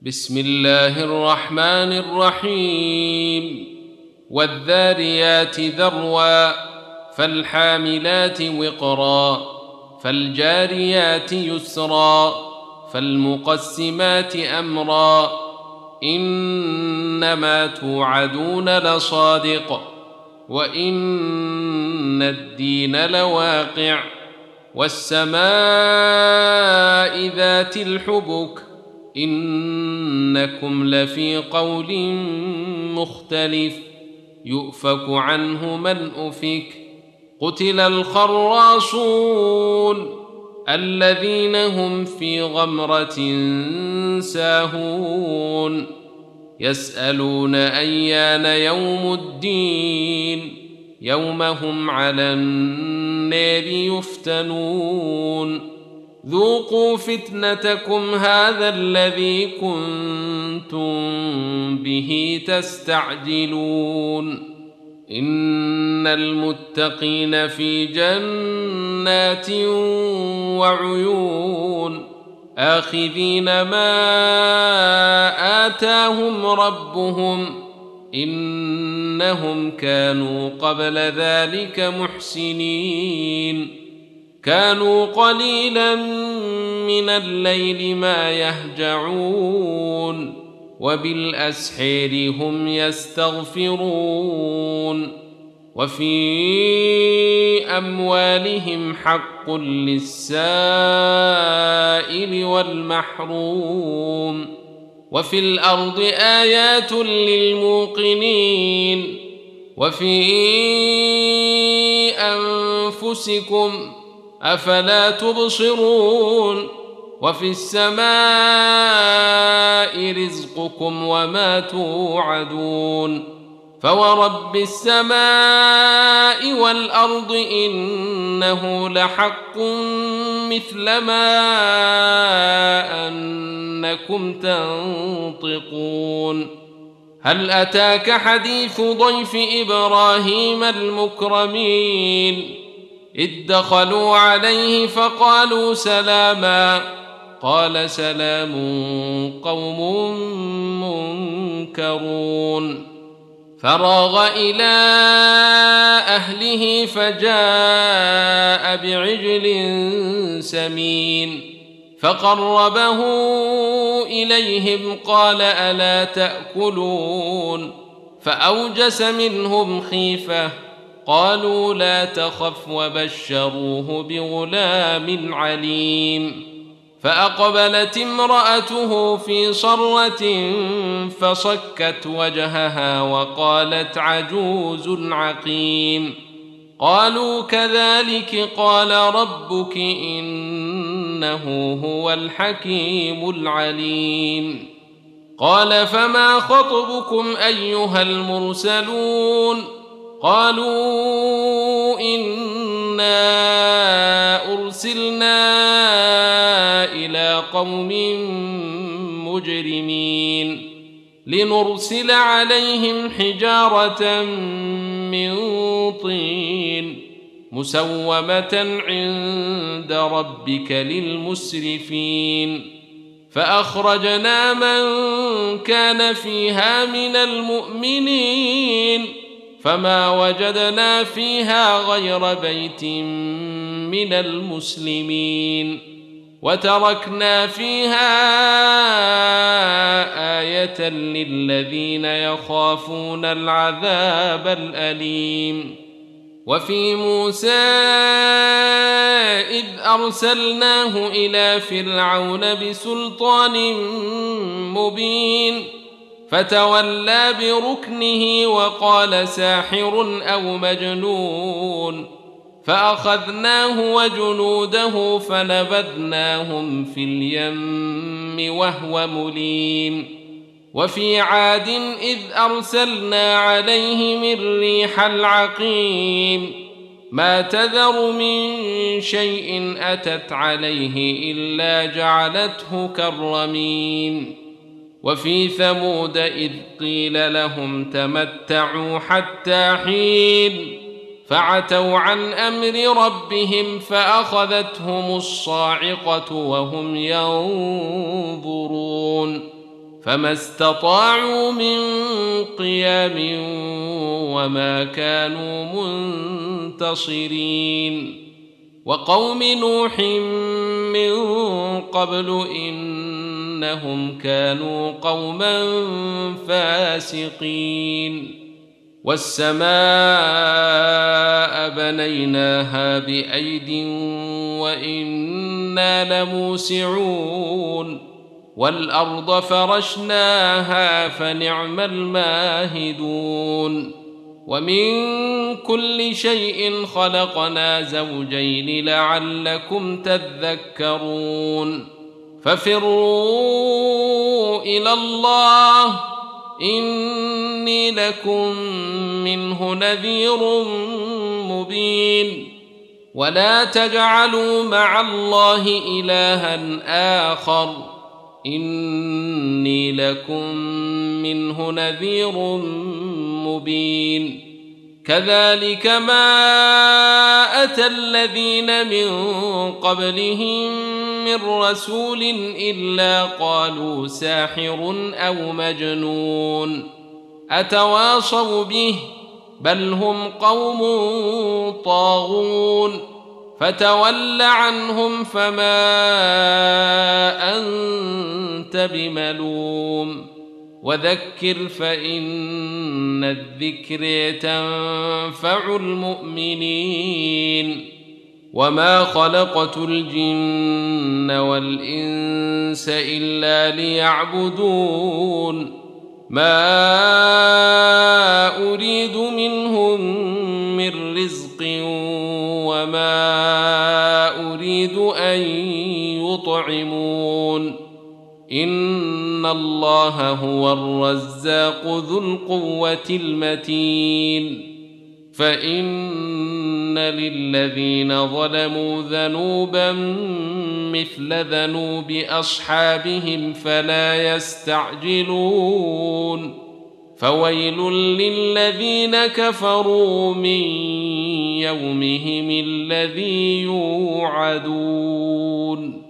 بسم الله الرحمن الرحيم والذاريات ذروا فالحاملات وقرا فالجاريات يسرا فالمقسمات أمرا إنما توعدون لصادق وإن الدين لواقع والسماء ذات الحبك إنكم لفي قول مختلف يؤفك عنه من أفك قتل الخراصون الذين هم في غمرة ساهون يسألون أيان يوم الدين يوم هم على النار يفتنون ذوقوا فتنتكم هذا الذي كنتم به تستعجلون إن المتقين في جنات وعيون آخذين ما آتاهم ربهم إنهم كانوا قبل ذلك محسنين كانوا قليلا من الليل ما يهجعون وبالأسحير هم يستغفرون وفي أموالهم حق للسائل والمحروم وفي الأرض آيات للموقنين وفي أنفسكم أفلا تبصرون وفي السماء رزقكم وما توعدون فورب السماء والأرض إنه لحق مثل ما أنكم تنطقون هل أتاك حديث ضيف إبراهيم المكرمين إذ دخلوا عليه فقالوا سلاما قال سلام قوم منكرون فراغ إلى أهله فجاء بعجل سمين فقربه إليهم قال ألا تأكلون فأوجس منهم خيفة قالوا لا تخف وبشروه بغلام عليم فأقبلت امرأته في صرة فصكت وجهها وقالت عجوز عقيم قالوا كذلك قال ربك إنه هو الحكيم العليم قال فما خطبكم أيها المرسلون قالوا إنا أرسلنا إلى قوم مجرمين لنرسل عليهم حجارة من طين مسومة عند ربك للمسرفين فأخرجنا من كان فيها من المؤمنين فما وجدنا فيها غير بيت من المسلمين وتركنا فيها آية للذين يخافون العذاب الأليم وفي موسى إذ أرسلناه إلى فرعون بسلطان مبين فتولى بركنه وقال ساحر أو مجنون فأخذناه وجنوده فنبذناهم في اليم وهو مليم وفي عاد إذ أرسلنا عليهم الريح العقيم ما تذر من شيء أتت عليه إلا جعلته كالرميم وفي ثمود إذ قيل لهم تمتعوا حتى حين فعتوا عن أمر ربهم فأخذتهم الصاعقة وهم ينظرون فما استطاعوا من قيام وما كانوا منتصرين وقوم نوح من قبل إنهم كانوا قوما فاسقين والسماء بنيناها بأيد وإنا لموسعون والأرض فرشناها فنعم الماهدون ومن كل شيء خلقنا زوجين لعلكم تذكرون ففروا إلى الله إني لكم منه نذير مبين ولا تجعلوا مع الله إلها آخر إني لكم منه نذير مبين كذلك ما أتى الذين من قبلهم من رسول إلا قالوا ساحر أو مجنون أتواصوا به بل هم قوم طاغون فتول عنهم فما أنت بملوم وذكر فإن الذكر تنفع المؤمنين وما خلقت الجن والإنس إلا ليعبدون ما أريد منهم من رزق وما أريد أن يطعمون إن الله هو الرزاق ذو القوة المتين فإن للذين ظلموا ذنوبا مثل ذنوب أصحابهم فلا يستعجلون فويل للذين كفروا من يومهم الذي يوعدون